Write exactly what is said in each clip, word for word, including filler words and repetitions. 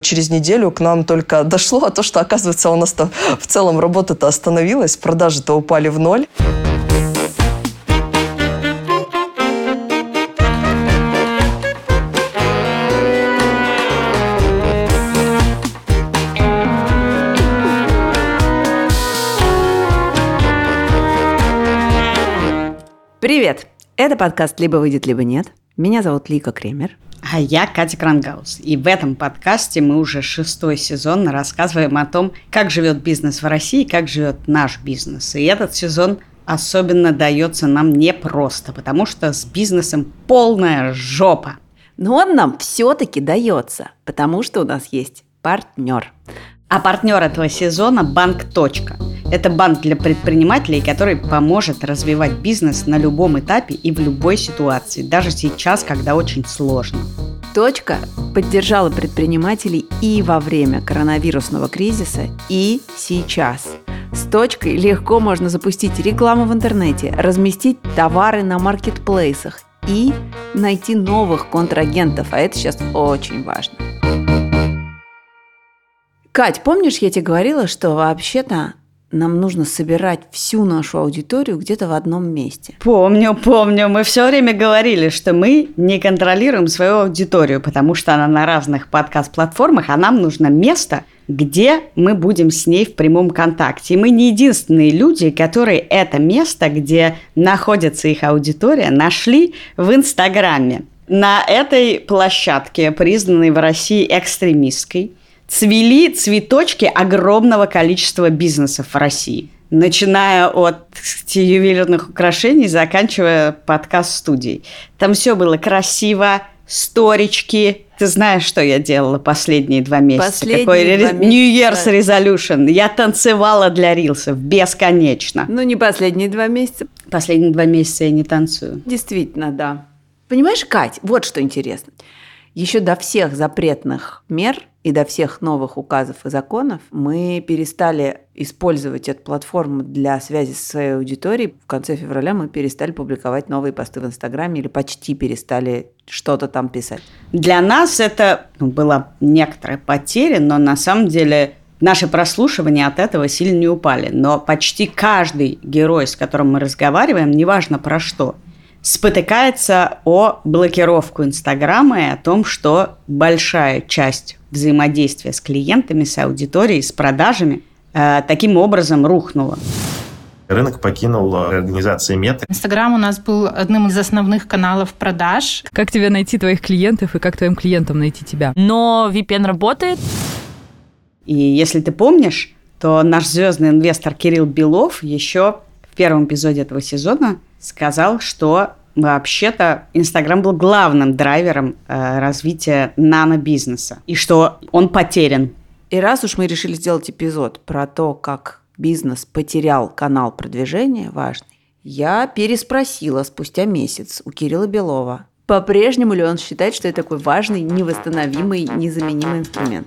Через неделю к нам только дошло то, что, оказывается, у нас-то в целом работа-то остановилась, продажи-то упали в ноль. Привет! Это подкаст «Либо выйдет, либо нет». Меня зовут Лика Кремер. А я Катя Крангаус. И в этом подкасте мы уже шестой сезон рассказываем о том, как живет бизнес в России, как живет наш бизнес. И этот сезон особенно дается нам непросто, потому что с бизнесом полная жопа. Но он нам все-таки дается, потому что у нас есть партнер. А партнер этого сезона – Банк Точка. Это банк для предпринимателей, который поможет развивать бизнес на любом этапе и в любой ситуации, даже сейчас, когда очень сложно. Точка поддержала предпринимателей и во время коронавирусного кризиса, и сейчас. С Точкой легко можно запустить рекламу в интернете, разместить товары на маркетплейсах и найти новых контрагентов, а это сейчас очень важно. Кать, помнишь, я тебе говорила, что вообще-то нам нужно собирать всю нашу аудиторию где-то в одном месте? Помню, помню. Мы все время говорили, что мы не контролируем свою аудиторию, потому что она на разных подкаст-платформах, а нам нужно место, где мы будем с ней в прямом контакте. И мы не единственные люди, которые это место, где находится их аудитория, нашли в Инстаграме. На этой площадке, признанной в России экстремистской, цвели цветочки огромного количества бизнесов в России, начиная от ювелирных украшений, заканчивая подкаст-студией. Там все было красиво, сторички. Ты знаешь, что я делала последние два месяца? Последние Какой два New Year's Resolution. Я танцевала для рилсов бесконечно. Ну, не последние два месяца. Последние два месяца я не танцую. Действительно, да. Понимаешь, Кать, вот что интересно. Еще до всех запретных мер и до всех новых указов и законов мы перестали использовать эту платформу для связи со своей аудиторией. В конце февраля мы перестали публиковать новые посты в Инстаграме или почти перестали что-то там писать. Для нас это ну, была некоторая потеря, но на самом деле наши прослушивания от этого сильно не упали. Но почти каждый герой, с которым мы разговариваем, неважно про что, спотыкается о блокировку Инстаграма и о том, что большая часть взаимодействия с клиентами, с аудиторией, с продажами э, таким образом рухнула. Рынок покинул организация Мета. Инстаграм у нас был одним из основных каналов продаж. Как тебе найти твоих клиентов и как твоим клиентам найти тебя? Но ви пи эн работает. И если ты помнишь, то наш звездный инвестор Кирилл Белов еще в первом эпизоде этого сезона сказал, что вообще-то Инстаграм был главным драйвером э, развития нано-бизнеса, и что он потерян. И раз уж мы решили сделать эпизод про то, как бизнес потерял канал продвижения важный, я переспросила спустя месяц у Кирилла Белова, по-прежнему ли он считает, что это такой важный, невосстановимый, незаменимый инструмент.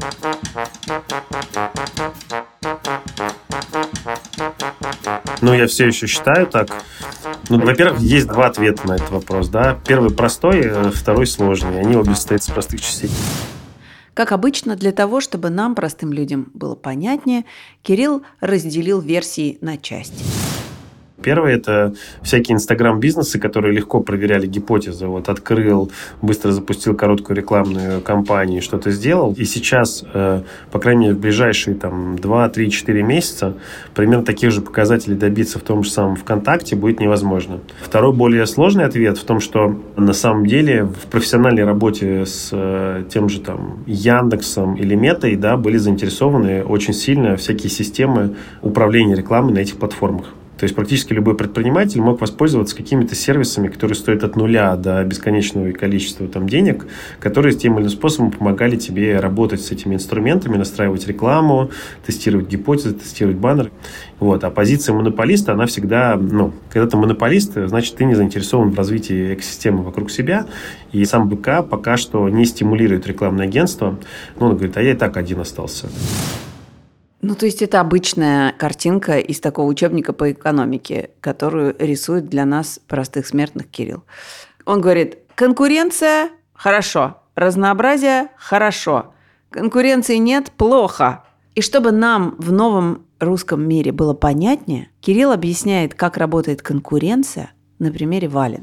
Ну, я все еще считаю так. Ну, во-первых, есть два ответа на этот вопрос, да. Первый простой, второй сложный. Они обе состоят из простых частей. Как обычно, для того, чтобы нам, простым людям, было понятнее, Кирилл разделил версии на части. Первое – это всякие инстаграм-бизнесы, которые легко проверяли гипотезы. Вот открыл, быстро запустил короткую рекламную кампанию, что-то сделал. И сейчас, э, по крайней мере, в ближайшие там, два, три, четыре месяца примерно таких же показателей добиться в том же самом ВКонтакте будет невозможно. Второй, более сложный ответ в том, что на самом деле в профессиональной работе с э, тем же там, Яндексом или Метой, да, были заинтересованы очень сильно всякие системы управления рекламой на этих платформах. То есть практически любой предприниматель мог воспользоваться какими-то сервисами, которые стоят от нуля до бесконечного количества там, денег, которые тем или иным способом помогали тебе работать с этими инструментами, настраивать рекламу, тестировать гипотезы, тестировать баннеры. Вот. А позиция монополиста, она всегда, ну, когда ты монополист, значит, ты не заинтересован в развитии экосистемы вокруг себя. И сам БК пока что не стимулирует рекламное агентство. Ну, он говорит, а я и так один остался. Ну, то есть это обычная картинка из такого учебника по экономике, которую рисует для нас, простых смертных, Кирилл. Он говорит, конкуренция – хорошо, разнообразие – хорошо, Конкуренции нет – плохо. И чтобы нам в новом русском мире было понятнее, Кирилл объясняет, как работает конкуренция на примере валенок.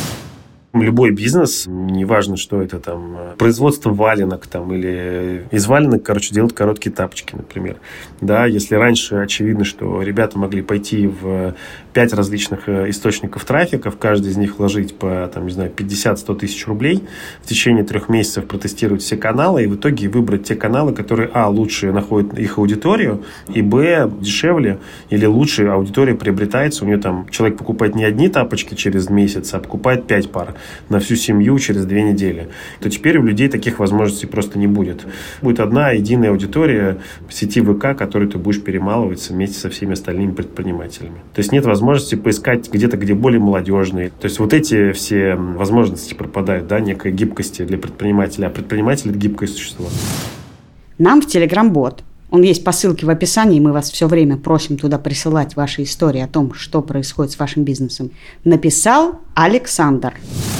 Любой бизнес, неважно, что это там, производство валенок там, или из валенок, короче, делают короткие тапочки, например. Да, если раньше очевидно, что ребята могли пойти в пять различных источников трафика, в каждый из них вложить по, там, не знаю, пятьдесят-сто тысяч рублей, в течение трех месяцев протестировать все каналы и в итоге выбрать те каналы, которые, а, лучше находят их аудиторию, и, б, дешевле или лучше аудитория приобретается. У нее там человек покупает не одни тапочки через месяц, а покупает пять пар на всю семью через две недели, то теперь у людей таких возможностей просто не будет. Будет одна единая аудитория в сети ВК, которую ты будешь перемалывать вместе со всеми остальными предпринимателями. То есть нет возможности поискать где-то, где более молодежные. То есть вот эти все возможности пропадают, да, некой гибкости для предпринимателя, а предприниматель – это гибкое существо. Нам в Telegram-бот, он есть по ссылке в описании, мы вас все время просим туда присылать ваши истории о том, что происходит с вашим бизнесом, написал Александр.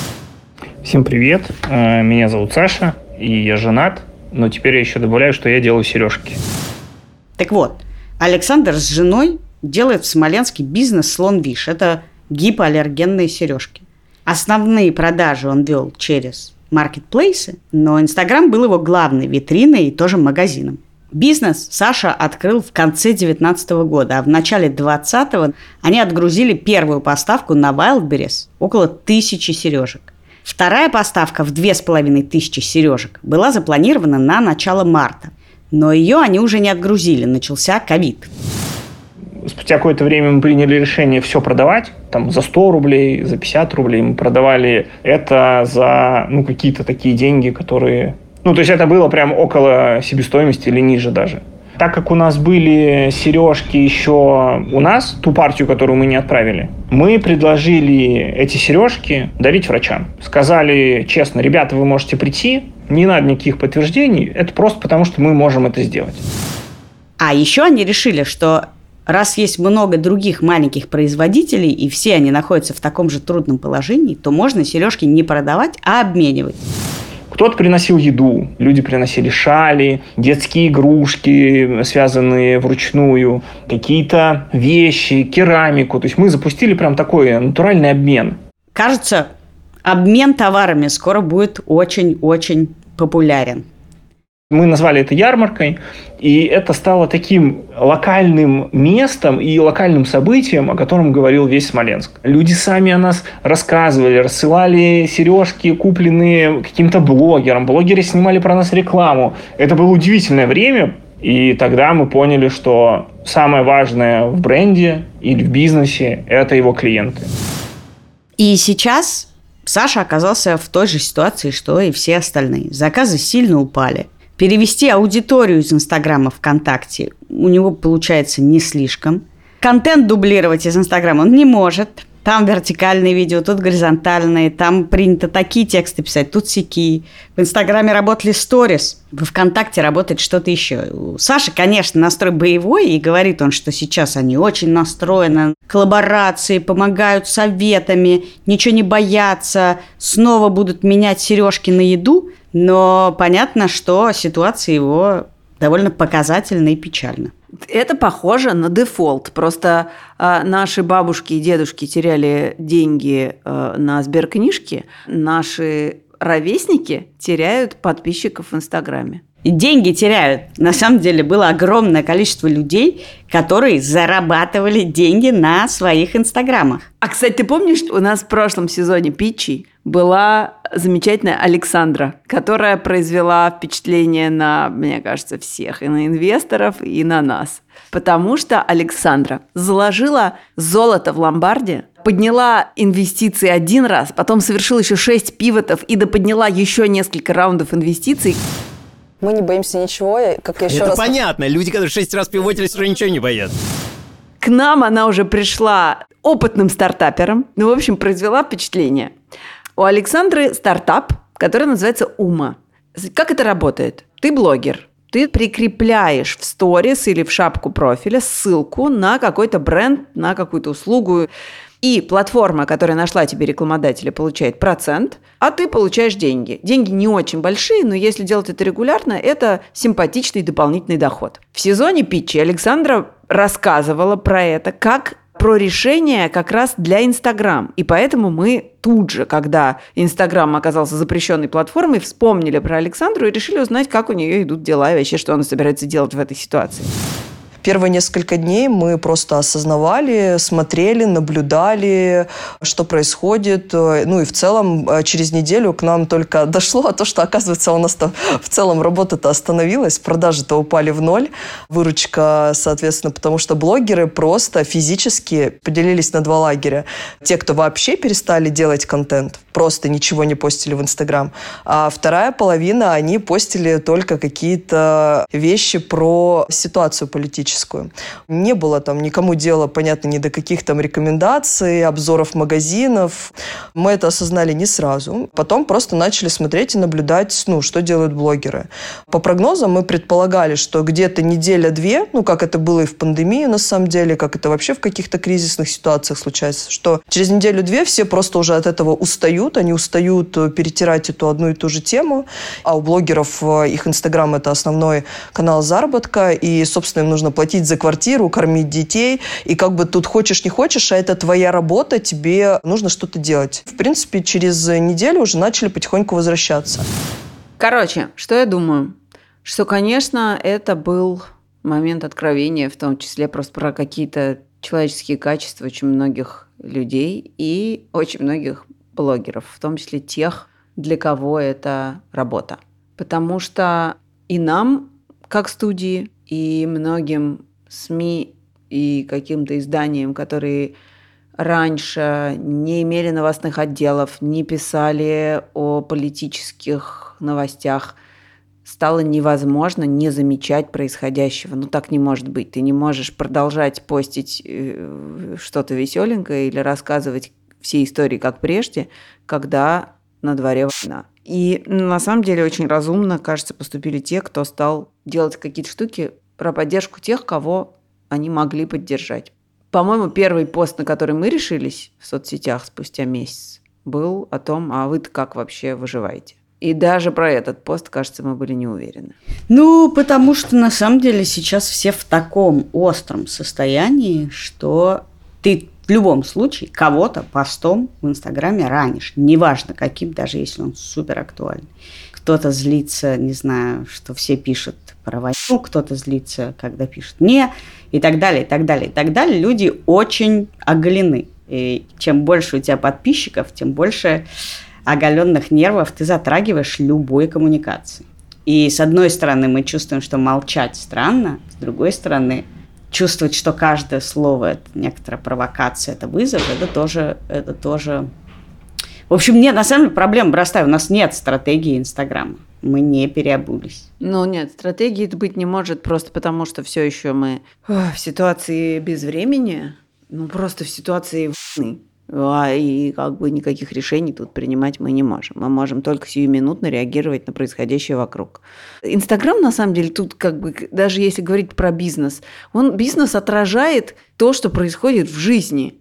Всем привет, меня зовут Саша, и я женат, но теперь я еще добавляю, что я делаю сережки. Так вот, Александр с женой делает в Смоленске бизнес «Слон-Виш». Это гипоаллергенные сережки. Основные продажи он вел через маркетплейсы, но Инстаграм был его главной витриной и тоже магазином. Бизнес Саша открыл в конце девятнадцатого года, а в начале двадцатого они отгрузили первую поставку на Wildberries около тысячи сережек. Вторая поставка в две с половиной тысячи сережек была запланирована на начало марта, но ее они уже не отгрузили, начался ковид. Спустя какое-то время мы приняли решение все продавать, там за сто рублей, за пятьдесят рублей мы продавали это за ну, какие-то такие деньги, которые... Ну, то есть это было прям около себестоимости или ниже даже. Так как у нас были сережки еще у нас, ту партию, которую мы не отправили, мы предложили эти сережки дарить врачам. Сказали честно, ребята, вы можете прийти, не надо никаких подтверждений, это просто потому, что мы можем это сделать. А еще они решили, что раз есть много других маленьких производителей, и все они находятся в таком же трудном положении, то можно сережки не продавать, а обменивать. Кто-то приносил еду, люди приносили шали, детские игрушки, связанные вручную, какие-то вещи, керамику. То есть мы запустили прям такой натуральный обмен. Кажется, обмен товарами скоро будет очень-очень популярен. Мы назвали это ярмаркой, и это стало таким локальным местом и локальным событием, о котором говорил весь Смоленск. Люди сами о нас рассказывали, рассылали сережки, купленные каким-то блогерам. Блогеры снимали про нас рекламу. Это было удивительное время, и тогда мы поняли, что самое важное в бренде или в бизнесе – это его клиенты. И сейчас Саша оказался в той же ситуации, что и все остальные. Заказы сильно упали. Перевести аудиторию из Инстаграма в ВКонтакте у него получается не слишком. Контент дублировать из Инстаграма он не может. Там вертикальные видео, тут горизонтальные. Там принято такие тексты писать, тут сякие. В Инстаграме работали сторис, во ВКонтакте работает что-то еще. У Саши, конечно, настрой боевой, и говорит он, что сейчас они очень настроены. Коллаборации, помогают советами, ничего не боятся, снова будут менять сережки на еду. Но понятно, что ситуация его довольно показательна и печальна. Это похоже на дефолт. Просто э, наши бабушки и дедушки теряли деньги э, на сберкнижке, наши ровесники теряют подписчиков в Инстаграме. И деньги теряют. На самом деле было огромное количество людей, которые зарабатывали деньги на своих Инстаграмах. А, кстати, ты помнишь, у нас в прошлом сезоне питчей была замечательная Александра, которая произвела впечатление на, мне кажется, всех, и на инвесторов, и на нас. Потому что Александра заложила золото в ломбарде, подняла инвестиции один раз, потом совершила еще шесть пивотов и доподняла еще несколько раундов инвестиций. Мы не боимся ничего, как я еще Это раз... понятно, люди, которые шесть раз пивотились, уже ничего не боятся. К нам она уже пришла опытным стартапером, ну, в общем, произвела впечатление. У Александры стартап, который называется Ума. Как это работает? Ты блогер. Ты прикрепляешь в сторис или в шапку профиля ссылку на какой-то бренд, на какую-то услугу. И платформа, которая нашла тебе рекламодателя, получает процент, а ты получаешь деньги. Деньги не очень большие, но если делать это регулярно, это симпатичный дополнительный доход. В сезоне питча Александра рассказывала про это как про решение как раз для Инстаграм. И поэтому мы тут же, когда Инстаграм оказался запрещенной платформой, вспомнили про Александру и решили узнать, как у нее идут дела и вообще, что она собирается делать в этой ситуации. Первые несколько дней мы просто осознавали, смотрели, наблюдали, что происходит. Ну и в целом через неделю к нам только дошло то, что, оказывается, у нас-то в целом работа-то остановилась, продажи-то упали в ноль, выручка, соответственно, потому что блогеры просто физически поделились на два лагеря. Те, кто вообще перестали делать контент, просто ничего не постили в Инстаграм, а вторая половина, они постили только какие-то вещи про ситуацию политическую. Не было там никому дела, понятно, ни до каких там рекомендаций, обзоров магазинов. Мы это осознали не сразу. Потом просто начали смотреть и наблюдать, ну, что делают блогеры. По прогнозам мы предполагали, что где-то неделя-две, ну, как это было и в пандемии, на самом деле, как это вообще в каких-то кризисных ситуациях случается, что через неделю-две все просто уже от этого устают, они устают перетирать эту одну и ту же тему, а у блогеров их Инстаграм – это основной канал заработка, и, собственно, им нужно платить за квартиру, кормить детей. И как бы тут хочешь не хочешь, а это твоя работа, тебе нужно что-то делать. В принципе, через неделю уже начали потихоньку возвращаться. Короче, что я думаю? Что, конечно, это был момент откровения, в том числе просто про какие-то человеческие качества очень многих людей и очень многих блогеров, в том числе тех, для кого это работа. Потому что и нам, как студии, и многим СМИ и каким-то изданиям, которые раньше не имели новостных отделов, не писали о политических новостях, стало невозможно не замечать происходящего. Ну, так не может быть. Ты не можешь продолжать постить что-то веселенькое или рассказывать все истории как прежде, когда на дворе война. И на самом деле очень разумно, кажется, поступили те, кто стал делать какие-то штуки про поддержку тех, кого они могли поддержать. По-моему, первый пост, на который мы решились в соцсетях спустя месяц, был о том, а вы-то как вообще выживаете. И даже про этот пост, кажется, мы были не уверены. Ну, потому что на самом деле сейчас все в таком остром состоянии, что ты в любом случае кого-то постом в Инстаграме ранишь. Неважно каким, даже если он супер актуальный. Кто-то злится, не знаю, что все пишут про войну, кто-то злится, когда пишут «не», и так далее, и так далее, и так далее. Люди очень оголены. И чем больше у тебя подписчиков, тем больше оголенных нервов ты затрагиваешь любой коммуникации. И с одной стороны мы чувствуем, что молчать странно, с другой стороны чувствовать, что каждое слово – это некоторая провокация, это вызов, это тоже, это тоже... В общем, нет, на самом деле проблема простая. У нас нет стратегии Инстаграма. Мы не переобулись. Ну нет, стратегии это быть не может просто потому, что все еще мы ох, в ситуации безвремени, ну просто в ситуации войны. А, и как бы никаких решений тут принимать мы не можем. Мы можем только сиюминутно реагировать на происходящее вокруг. Инстаграм, на самом деле, тут как бы, даже если говорить про бизнес, он, бизнес отражает то, что происходит в жизни.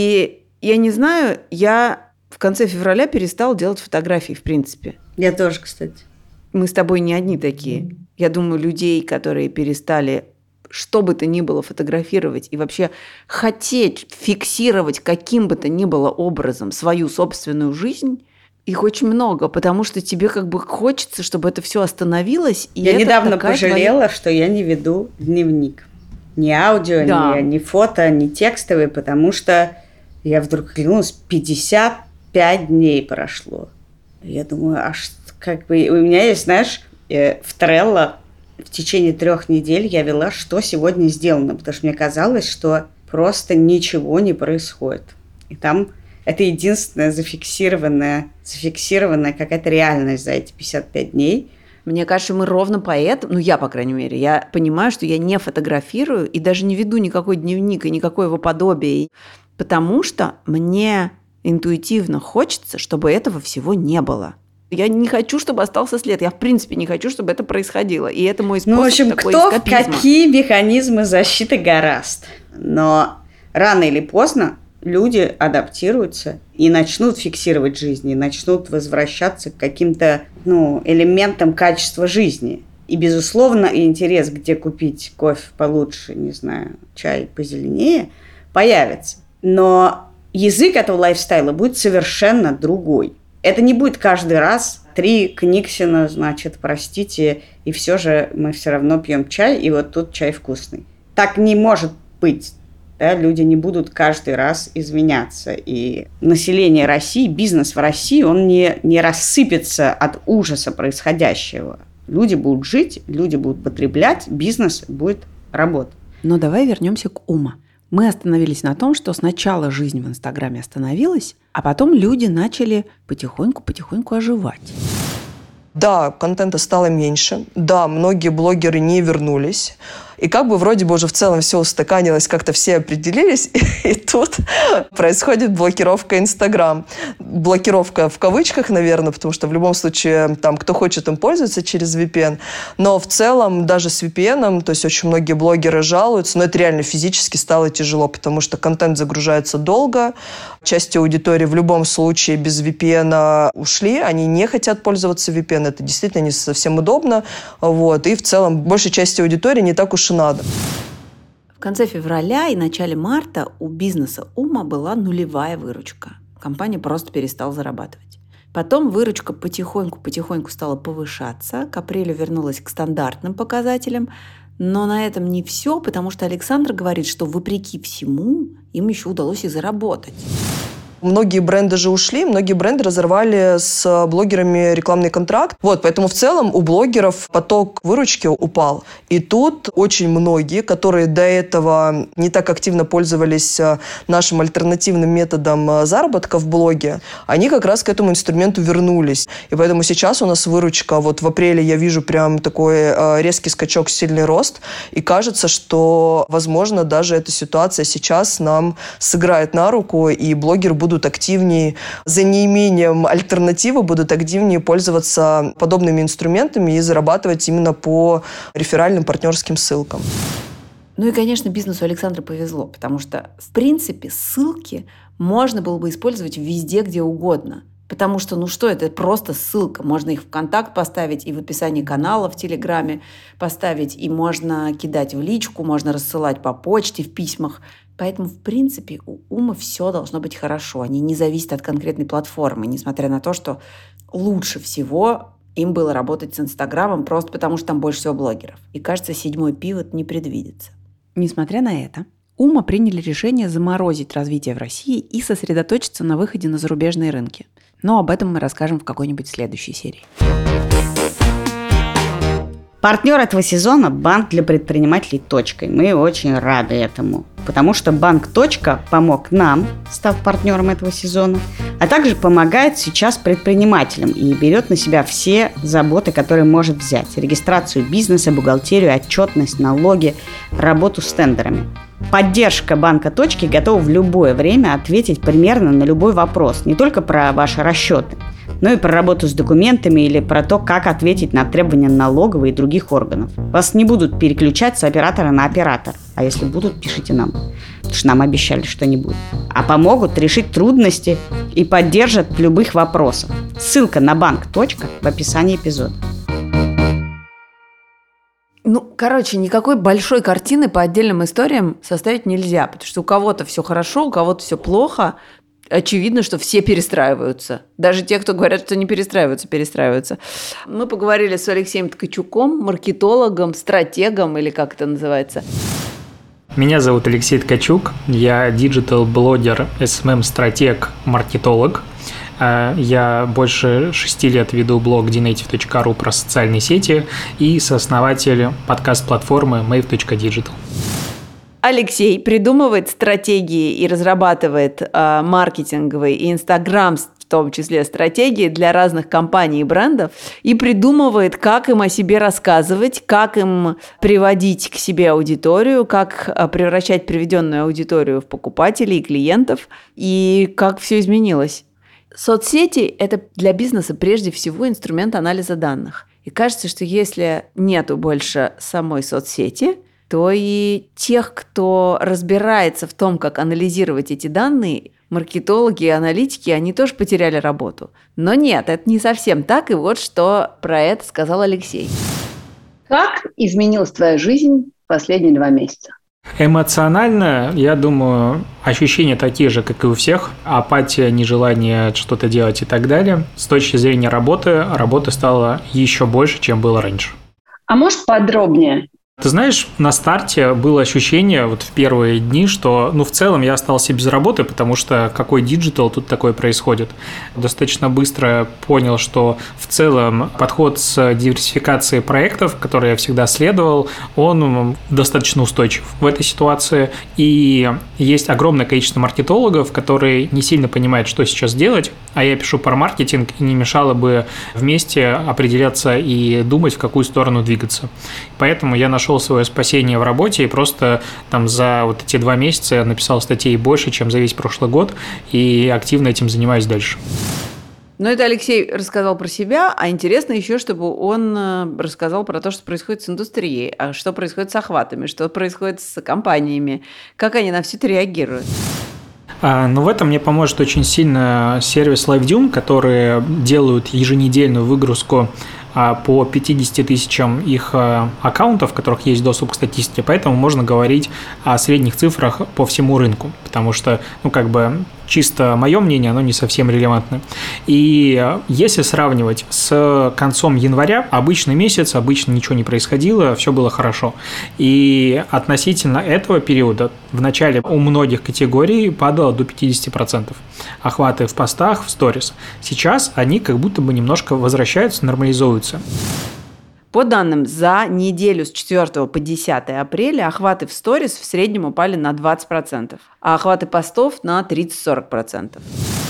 И я не знаю, я в конце февраля перестала делать фотографии, в принципе. Я тоже, кстати. Мы с тобой не одни такие. Я думаю, людей, которые перестали что бы то ни было фотографировать и вообще хотеть фиксировать каким бы то ни было образом свою собственную жизнь, их очень много, потому что тебе как бы хочется, чтобы это все остановилось. И я это недавно пожалела, твоя... что я не веду дневник. Ни аудио, да. ни, ни фото, ни текстовый, потому что я вдруг клянусь, пятьдесят пять дней прошло. Я думаю, а что, как бы... У меня есть, знаешь, в Trello в течение трех недель я вела, что сегодня сделано, потому что мне казалось, что просто ничего не происходит. И там это единственная зафиксированная, зафиксированная какая-то реальность за эти пятьдесят пять дней. Мне кажется, мы ровно поэтому, ну я, по крайней мере, я понимаю, что я не фотографирую и даже не веду никакой дневник и никакое его подобие, потому что мне интуитивно хочется, чтобы этого всего не было. Я не хочу, чтобы остался след. Я, в принципе, не хочу, чтобы это происходило. И это мой способ ну, в общем, такой кто эскапизма. Какие механизмы защиты гораст. Но рано или поздно люди адаптируются и начнут фиксировать жизнь, и начнут возвращаться к каким-то, ну, элементам качества жизни. И, безусловно, интерес, где купить кофе получше, не знаю, чай позеленее, появится. Но язык этого лайфстайла будет совершенно другой. Это не будет каждый раз три Книксена, значит, простите, и все же мы все равно пьем чай, и вот тут чай вкусный. Так не может быть. Да, люди не будут каждый раз извиняться. И население России, бизнес в России, он не, не рассыпется от ужаса происходящего. Люди будут жить, люди будут потреблять, бизнес будет работать. Но давай вернемся к Ума. Мы остановились на том, что сначала жизнь в Инстаграме остановилась, а потом люди начали потихоньку-потихоньку оживать. Да, контента стало меньше. Да, многие блогеры не вернулись. И как бы вроде бы уже в целом все устаканилось, как-то все определились, и тут происходит блокировка Инстаграм. Блокировка в кавычках, наверное, потому что в любом случае там кто хочет им пользоваться через ви пи эн. Но в целом даже с ви пи эн, то есть очень многие блогеры жалуются, но это реально физически стало тяжело, потому что контент загружается долго, часть аудитории в любом случае без ви пи эн ушли, они не хотят пользоваться ви пи эн, это действительно не совсем удобно, вот, и в целом большей части аудитории не так уж и надо. В конце февраля и начале марта у бизнеса Ума была нулевая выручка. Компания просто перестала зарабатывать. Потом выручка потихоньку-потихоньку стала повышаться. К апрелю вернулась к стандартным показателям. Но на этом не все, потому что Александр говорит, что вопреки всему им еще удалось и заработать. Многие бренды же ушли, многие бренды разорвали с блогерами рекламный контракт. Вот, поэтому в целом у блогеров поток выручки упал. И тут очень многие, которые до этого не так активно пользовались нашим альтернативным методом заработка в блоге, они как раз к этому инструменту вернулись. И поэтому сейчас у нас выручка, вот в апреле я вижу прям такой резкий скачок, сильный рост. И кажется, что, возможно, даже эта ситуация сейчас нам сыграет на руку, и блогеры будут будут активнее, за неимением альтернативы, будут активнее пользоваться подобными инструментами и зарабатывать именно по реферальным партнерским ссылкам. Ну и, конечно, бизнесу Александра повезло, потому что, в принципе, ссылки можно было бы использовать везде, где угодно. Потому что, ну что, это просто ссылка. Можно их в контакт поставить и в описании канала в Телеграме поставить, и можно кидать в личку, можно рассылать по почте, в письмах. Поэтому, в принципе, у Ума все должно быть хорошо. Они не зависят от конкретной платформы, несмотря на то, что лучше всего им было работать с Инстаграмом, просто потому что там больше всего блогеров. И, кажется, седьмой пивот не предвидится. Несмотря на это, Ума приняли решение заморозить развитие в России и сосредоточиться на выходе на зарубежные рынки. Но об этом мы расскажем в какой-нибудь следующей серии. Партнер этого сезона – банк для предпринимателей «Точка». Мы очень рады этому, потому что банк «Точка» помог нам, став партнером этого сезона, а также помогает сейчас предпринимателям и берет на себя все заботы, которые может взять. Регистрацию бизнеса, бухгалтерию, отчетность, налоги, работу с тендерами. Поддержка банка «Точки» готова в любое время ответить примерно на любой вопрос, не только про ваши расчеты, но и про работу с документами или про то, как ответить на требования налоговой и других органов. Вас не будут переключать с оператора на оператора, а если будут, пишите нам, потому что нам обещали, что не будет. А помогут решить трудности и поддержат в любых вопросах. Ссылка на банк «Точка» в описании эпизода. Ну, короче, никакой большой картины по отдельным историям составить нельзя, потому что у кого-то все хорошо, у кого-то все плохо. Очевидно, что все перестраиваются. Даже те, кто говорят, что не перестраиваются, перестраиваются. Мы поговорили с Алексеем Ткачуком, маркетологом, стратегом, или как это называется. Меня зовут Алексей Ткачук. Я диджитал-блогер, эс эм эм-стратег, маркетолог. Я больше шести лет веду блог ди нейтив точка ру про социальные сети и сооснователь подкаст-платформы мэйв точка диджитал. Алексей придумывает стратегии и разрабатывает э, маркетинговые и Инстаграм, в том числе стратегии для разных компаний и брендов, и придумывает, как им о себе рассказывать, как им приводить к себе аудиторию, как э, превращать приведенную аудиторию в покупателей и клиентов, и как все изменилось. Соцсети – это для бизнеса прежде всего инструмент анализа данных. И кажется, что если нету больше самой соцсети, то и тех, кто разбирается в том, как анализировать эти данные, маркетологи и аналитики, они тоже потеряли работу. Но нет, это не совсем так, и вот что про это сказал Алексей. Как изменилась твоя жизнь в последние два месяца? Эмоционально, я думаю, ощущения такие же, как и у всех. Апатия, нежелание что-то делать и так далее. С точки зрения работы, работы стало еще больше, чем было раньше. А можешь подробнее? Ты знаешь, на старте было ощущение вот в первые дни, что, ну, в целом я остался без работы, потому что какой диджитал тут такое происходит. Достаточно быстро понял, что в целом подход с диверсификацией проектов, который я всегда следовал, он достаточно устойчив в этой ситуации. И есть огромное количество маркетологов, которые не сильно понимают, что сейчас делать, а я пишу про маркетинг, и не мешало бы вместе определяться и думать, в какую сторону двигаться. Поэтому я нашел свое спасение в работе и просто там за вот эти два месяца я написал статей больше, чем за весь прошлый год, и активно этим занимаюсь дальше. Ну, это Алексей рассказал про себя, а интересно еще, чтобы он рассказал про то, что происходит с индустрией, а что происходит с охватами, что происходит с компаниями, как они на все это реагируют. А, ну, в этом мне поможет очень сильно сервис LiveDune, которые делают еженедельную выгрузку по пятидесяти тысячам их аккаунтов, в которых есть доступ к статистике, поэтому можно говорить о средних цифрах по всему рынку, потому что, ну, как бы, чисто мое мнение, оно не совсем релевантно. И если сравнивать с концом января, обычный месяц, обычно ничего не происходило, все было хорошо. И относительно этого периода в начале у многих категорий падало до пятидесяти процентов охваты в постах, в сторис. Сейчас они как будто бы немножко возвращаются, нормализуются. По данным, за неделю с четвёртого по десятое апреля охваты в сторис в среднем упали на двадцать процентов, а охваты постов на тридцать-сорок процентов.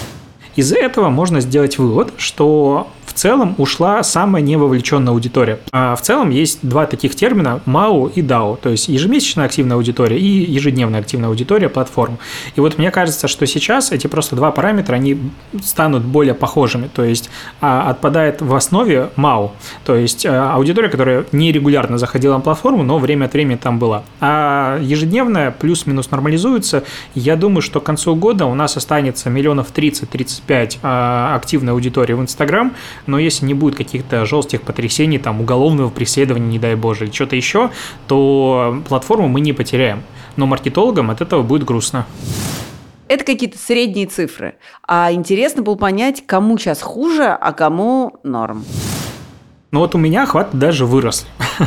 Из этого можно сделать вывод, что в целом ушла самая невовлеченная аудитория. А в целом есть два таких термина – МАУ и дао, то есть ежемесячная активная аудитория и ежедневная активная аудитория платформ. И вот мне кажется, что сейчас эти просто два параметра, они станут более похожими, то есть отпадает в основе МАУ, то есть аудитория, которая нерегулярно заходила на платформу, но время от времени там была. А ежедневная плюс-минус нормализуется. Я думаю, что к концу года у нас останется миллионов тридцать-тридцать пять активной аудитории в Инстаграм, но если не будет каких-то жестких потрясений, там, уголовного преследования, не дай боже, или что-то еще, то платформу мы не потеряем. Но маркетологам от этого будет грустно. Это какие-то средние цифры. А интересно было понять, кому сейчас хуже, а кому норм. Ну вот у меня охваты даже выросли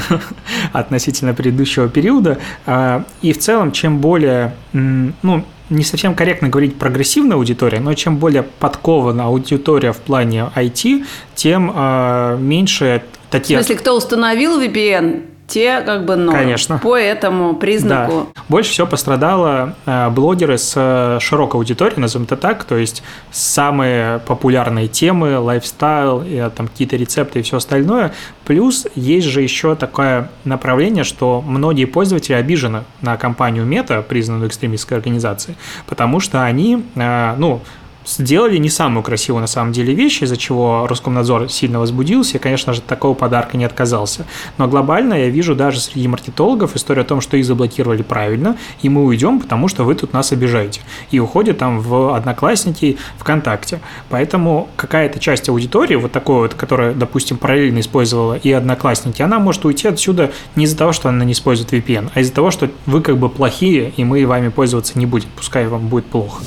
относительно предыдущего периода. И в целом, чем более, ну, не совсем корректно говорить прогрессивная аудитория, но чем более подкована аудитория в плане ай ти, тем э, меньше такие... В смысле, кто установил ви пи эн, те как бы норм. Конечно. По этому признаку. Да. Больше всего пострадало э, блогеры с широкой аудиторией, назовем это так, то есть самые популярные темы, лайфстайл, и, там какие-то рецепты и все остальное. Плюс есть же еще такое направление, что многие пользователи обижены на компанию Meta, признанную экстремистской организацией, потому что они, э, ну, сделали не самую красивую на самом деле вещь, из-за чего Роскомнадзор сильно возбудился и, конечно же, от такого подарка не отказался. Но глобально я вижу даже среди маркетологов историю о том, что их заблокировали правильно, и мы уйдем, потому что вы тут нас обижаете. И уходят там в Одноклассники, ВКонтакте. Поэтому какая-то часть аудитории, вот такой вот, которая, допустим, параллельно использовала и Одноклассники, она может уйти отсюда не из-за того, что она не использует ви пи эн, а из-за того, что вы как бы плохие, и мы вами пользоваться не будем, пускай вам будет плохо.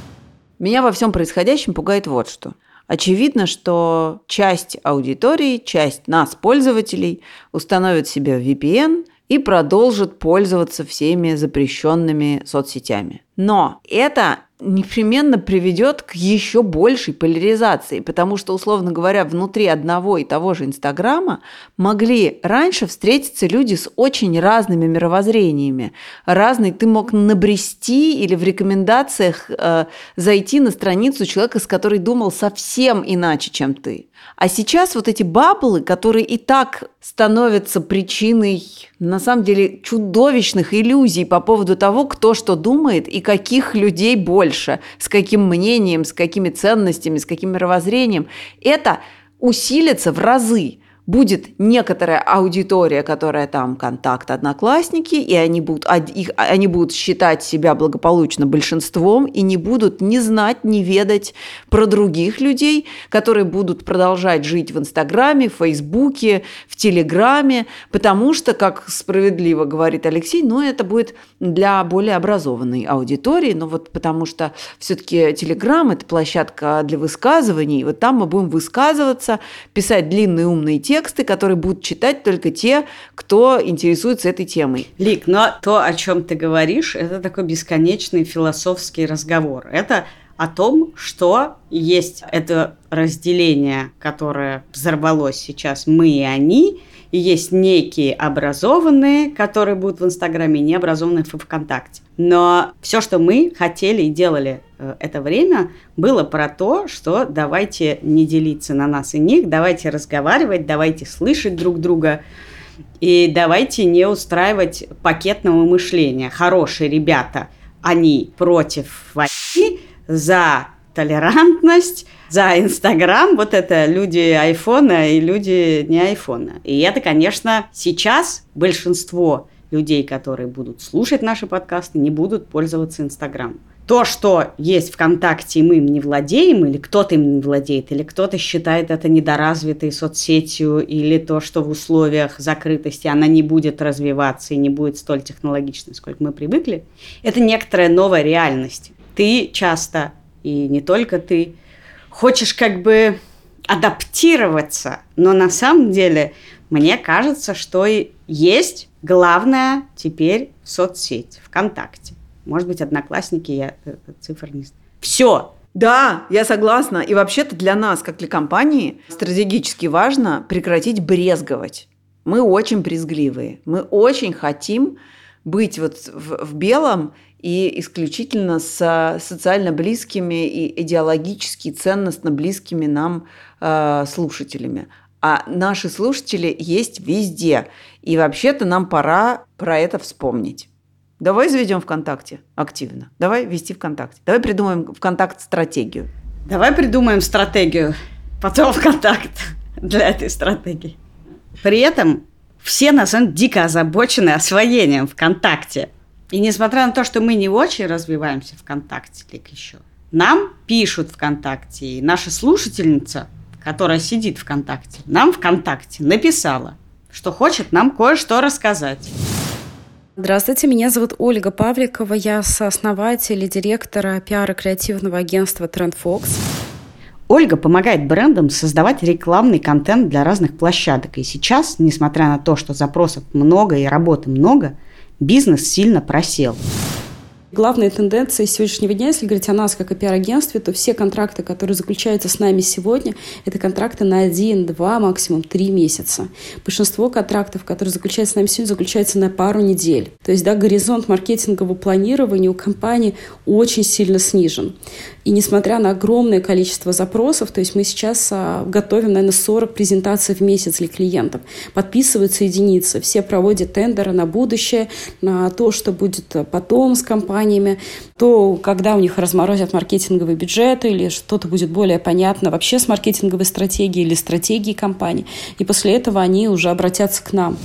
Меня во всем происходящем пугает вот что. Очевидно, что часть аудитории, часть нас, пользователей, установит себе ви пи эн и продолжит пользоваться всеми запрещенными соцсетями. Но это непременно приведет к еще большей поляризации, потому что, условно говоря, внутри одного и того же Инстаграма могли раньше встретиться люди с очень разными мировоззрениями. Разный ты мог набрести или в рекомендациях э, зайти на страницу человека, с которой думал совсем иначе, чем ты. А сейчас вот эти баблы, которые и так становятся причиной, на самом деле, чудовищных иллюзий по поводу того, кто что думает и каких людей больше, с каким мнением, с какими ценностями, с каким мировоззрением, это усилится в разы. будет некоторая аудитория, которая там контакт, одноклассники, и они будут, их, они будут считать себя благополучно большинством и не будут ни знать, ни ведать про других людей, которые будут продолжать жить в Инстаграме, в Фейсбуке, в Телеграме, потому что, как справедливо говорит Алексей, ну, это будет для более образованной аудитории, но вот потому что все-таки Телеграм – это площадка для высказываний, вот там мы будем высказываться, писать длинные умные тексты, тексты, которые будут читать только те, кто интересуется этой темой. Лик, но то, о чем ты говоришь, это такой бесконечный философский разговор. Это о том, что есть это разделение, которое взорвалось сейчас «мы» и «они», и есть некие образованные, которые будут в Инстаграме, и необразованные в ВКонтакте. Но все, что мы хотели и делали это время, было про то, что давайте не делиться на нас и них, давайте разговаривать, давайте слышать друг друга, и давайте не устраивать пакетного мышления. Хорошие ребята, они против войны, за толерантность, за Инстаграм, вот это люди айфона и люди не айфона. И это, конечно, сейчас большинство людей, которые будут слушать наши подкасты, не будут пользоваться Инстаграмом. То, что есть ВКонтакте, и мы им не владеем, или кто-то им не владеет, или кто-то считает это недоразвитой соцсетью, или то, что в условиях закрытости она не будет развиваться и не будет столь технологичной, сколько мы привыкли, это некоторая новая реальность. Ты часто, и не только ты, хочешь как бы адаптироваться, но на самом деле мне кажется, что есть главное теперь соцсеть ВКонтакте. Может быть, Одноклассники, я цифр не знаю. Все. Да, я согласна. И вообще-то для нас, как для компании, стратегически важно прекратить брезговать. Мы очень брезгливые. Мы очень хотим быть вот в, в белом и исключительно с социально близкими и идеологически, ценностно близкими нам э, слушателями. А наши слушатели есть везде. И вообще-то нам пора про это вспомнить. Давай заведем ВКонтакте активно. Давай вести ВКонтакте. Давай придумаем ВКонтакт-стратегию. Давай придумаем стратегию. Потом ВКонтакт для этой стратегии. При этом все, на самом деле, дико озабочены освоением ВКонтакте. И несмотря на то, что мы не очень развиваемся ВКонтакте, Лик, еще, нам пишут ВКонтакте. И наша слушательница, которая сидит ВКонтакте, нам ВКонтакте написала, что хочет нам кое-что рассказать. Здравствуйте, меня зовут Ольга Павликова, я сооснователь и директора пиара креативного агентства TrendFox. Ольга помогает брендам создавать рекламный контент для разных площадок. И сейчас, несмотря на то, что запросов много и работы много, бизнес сильно просел. Главная тенденция сегодняшнего дня, если говорить о нас как о пиар-агентстве, то все контракты, которые заключаются с нами сегодня, это контракты на один, два, максимум три месяца. Большинство контрактов, которые заключаются с нами сегодня, заключаются на пару недель. То есть, да, горизонт маркетингового планирования у компании очень сильно снижен. И несмотря на огромное количество запросов, то есть мы сейчас а, готовим, наверное, сорок презентаций в месяц для клиентов. Подписываются единицы. Все проводят тендеры на будущее, на то, что будет потом с компаниями, то, когда у них разморозят маркетинговые бюджеты или что-то будет более понятно вообще с маркетинговой стратегией или стратегией компании. И после этого они уже обратятся к нам.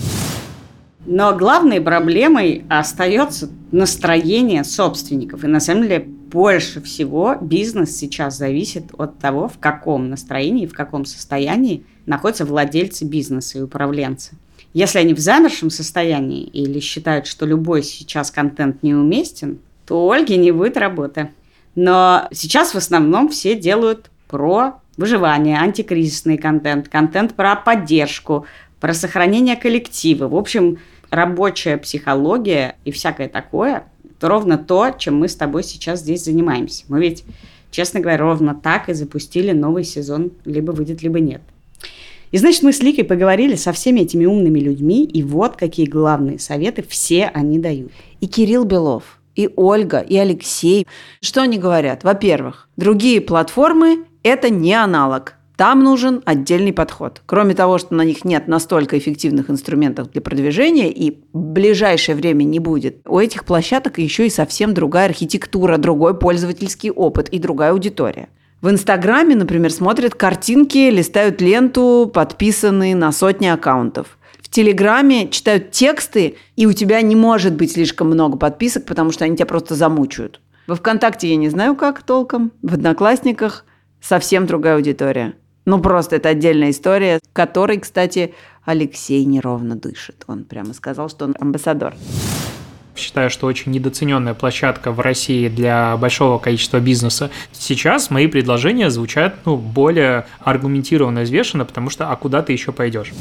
Но главной проблемой остается настроение собственников. И на самом деле больше всего бизнес сейчас зависит от того, в каком настроении, в каком состоянии находятся владельцы бизнеса и управленцы. Если они в замершем состоянии или считают, что любой сейчас контент неуместен, то у Ольги не будет работы. Но сейчас в основном все делают про выживание, антикризисный контент, контент про поддержку, про сохранение коллектива. В общем, рабочая психология и всякое такое – это ровно то, чем мы с тобой сейчас здесь занимаемся. Мы ведь, честно говоря, ровно так и запустили новый сезон «Либо выйдет, либо нет». И, значит, мы с Ликой поговорили со всеми этими умными людьми, и вот какие главные советы все они дают. И Кирилл Белов, и Ольга, и Алексей. Что они говорят? Во-первых, другие платформы – это не аналог. Там нужен отдельный подход. Кроме того, что на них нет настолько эффективных инструментов для продвижения и в ближайшее время не будет, у этих площадок еще и совсем другая архитектура, другой пользовательский опыт и другая аудитория. В Инстаграме, например, смотрят картинки, листают ленту, подписанные на сотни аккаунтов. В Телеграме читают тексты, и у тебя не может быть слишком много подписок, потому что они тебя просто замучают. Во ВКонтакте я не знаю, как толком. В Одноклассниках совсем другая аудитория. Ну, просто это отдельная история, которой, кстати, Алексей неровно дышит. Он прямо сказал, что он амбассадор. Считаю, что очень недооцененная площадка в России для большого количества бизнеса. Сейчас мои предложения звучат ну, более аргументированно и взвешенно, потому что а куда ты еще пойдешь?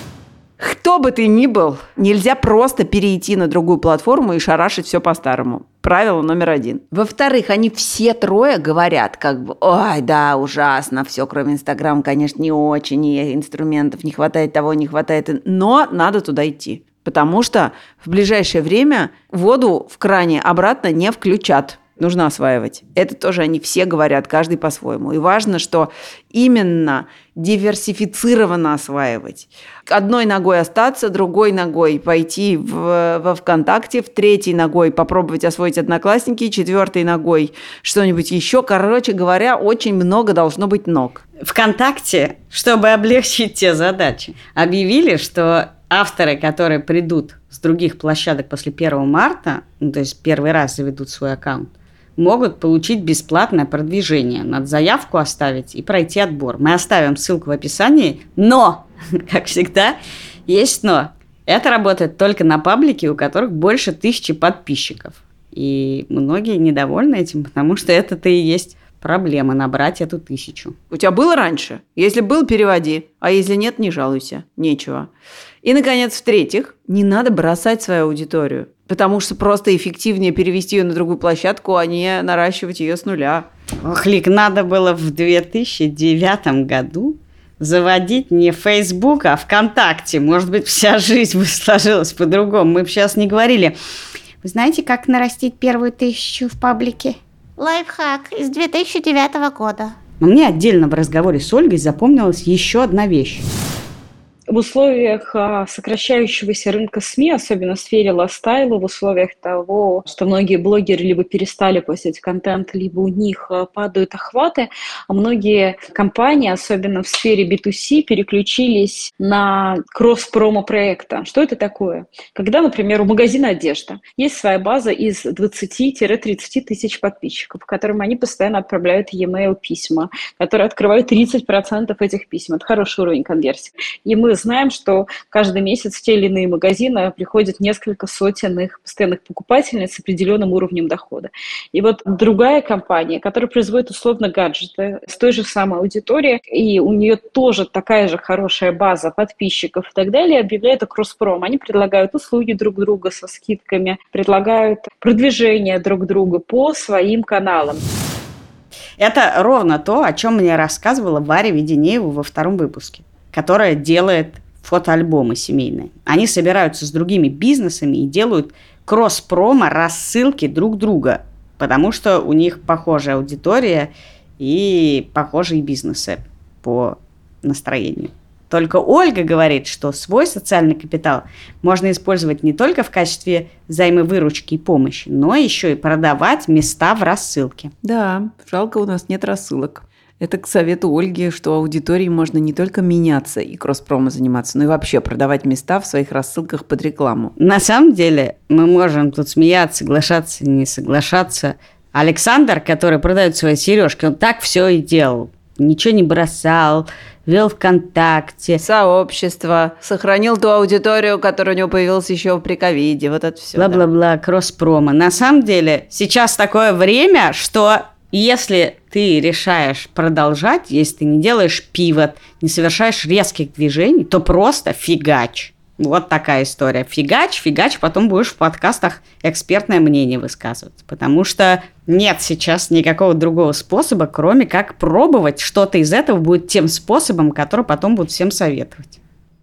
Кто бы ты ни был, нельзя просто перейти на другую платформу и шарашить все по-старому. Правило номер один. Во-вторых, они все трое говорят, как бы, ой, да, ужасно, все, кроме Инстаграма, конечно, не очень, и инструментов не хватает, того не хватает, но надо туда идти. Потому что в ближайшее время воду в кране обратно не включат. Нужно осваивать. Это тоже они все говорят, каждый по-своему. И важно, что именно диверсифицированно осваивать. Одной ногой остаться, другой ногой пойти в, во ВКонтакте, в третьей ногой попробовать освоить Одноклассники, четвертой ногой что-нибудь еще. Короче говоря, очень много должно быть ног. ВКонтакте, чтобы облегчить те задачи, объявили, что авторы, которые придут с других площадок после первого марта, ну, то есть первый раз заведут свой аккаунт, могут получить бесплатное продвижение. Надо заявку оставить и пройти отбор. Мы оставим ссылку в описании, но, как всегда, есть но. Это работает только на паблике, у которых больше тысячи подписчиков. И многие недовольны этим, потому что это-то и есть проблема набрать эту тысячу. У тебя было раньше? Если был, переводи. А если нет, не жалуйся. Нечего. И, наконец, в-третьих, не надо бросать свою аудиторию. Потому что просто эффективнее перевести ее на другую площадку, а не наращивать ее с нуля. Ох, Лик, надо было в две тысячи девятом году заводить не Facebook, а ВКонтакте. Может быть, вся жизнь бы сложилась по-другому. Мы бы сейчас не говорили. Вы знаете, как нарастить первую тысячу в паблике? Лайфхак из две тысячи девятого года. Но мне отдельно в разговоре с Ольгой запомнилась еще одна вещь. В условиях сокращающегося рынка СМИ, особенно в сфере лайфстайла, в условиях того, что многие блогеры либо перестали постить контент, либо у них падают охваты, а многие компании, особенно в сфере би ту си, переключились на кросс-промо-проекта. Что это такое? Когда, например, у магазина одежда есть своя база из двадцати-тридцати тысяч подписчиков, которым они постоянно отправляют e-mail письма, которые открывают тридцать процентов этих писем. Это хороший уровень конверсии. И мы знаем, что каждый месяц в те или иные магазины приходит несколько сотен их постоянных покупательниц с определенным уровнем дохода. И вот другая компания, которая производит условно гаджеты с той же самой аудиторией, и у нее тоже такая же хорошая база подписчиков и так далее, объявляет о кросс-пром. Они предлагают услуги друг друга со скидками, предлагают продвижение друг друга по своим каналам. Это ровно то, о чем мне рассказывала Варя Веденеева во втором выпуске, которая делает фотоальбомы семейные. Они собираются с другими бизнесами и делают кросс-промо, рассылки друг друга, потому что у них похожая аудитория и похожие бизнесы по настроению. Только Ольга говорит, что свой социальный капитал можно использовать не только в качестве взаимовыручки и помощи, но еще и продавать места в рассылке. Да, жалко, у нас нет рассылок. Это к совету Ольги, что аудитории можно не только меняться и кросс-промо заниматься, но и вообще продавать места в своих рассылках под рекламу. На самом деле мы можем тут смеяться, соглашаться, не соглашаться. Александр, который продает свои сережки, он так все и делал. Ничего не бросал, вел ВКонтакте. Сообщество. Сохранил ту аудиторию, которая у него появилась еще при ковиде. Вот это все. Бла-бла-бла, да. Кросс-промо. На самом деле сейчас такое время, что если ты решаешь продолжать, если ты не делаешь пивот, не совершаешь резких движений, то просто фигач. Вот такая история. Фигач, фигач, потом будешь в подкастах экспертное мнение высказывать. Потому что нет сейчас никакого другого способа, кроме как пробовать. Что-то из этого будет тем способом, который потом будут всем советовать.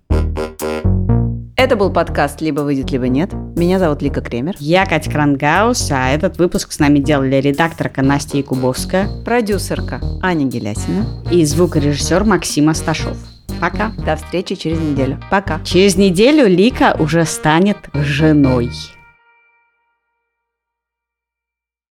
Это был подкаст «Либо выйдет, либо нет». Меня зовут Лика Кремер. Я Катя Крангаус, а этот выпуск с нами делали редакторка Настя Якубовская, продюсерка Аня Гелясина и звукорежиссер Максим Асташов. Пока. До встречи через неделю. Пока. Через неделю Лика уже станет женой.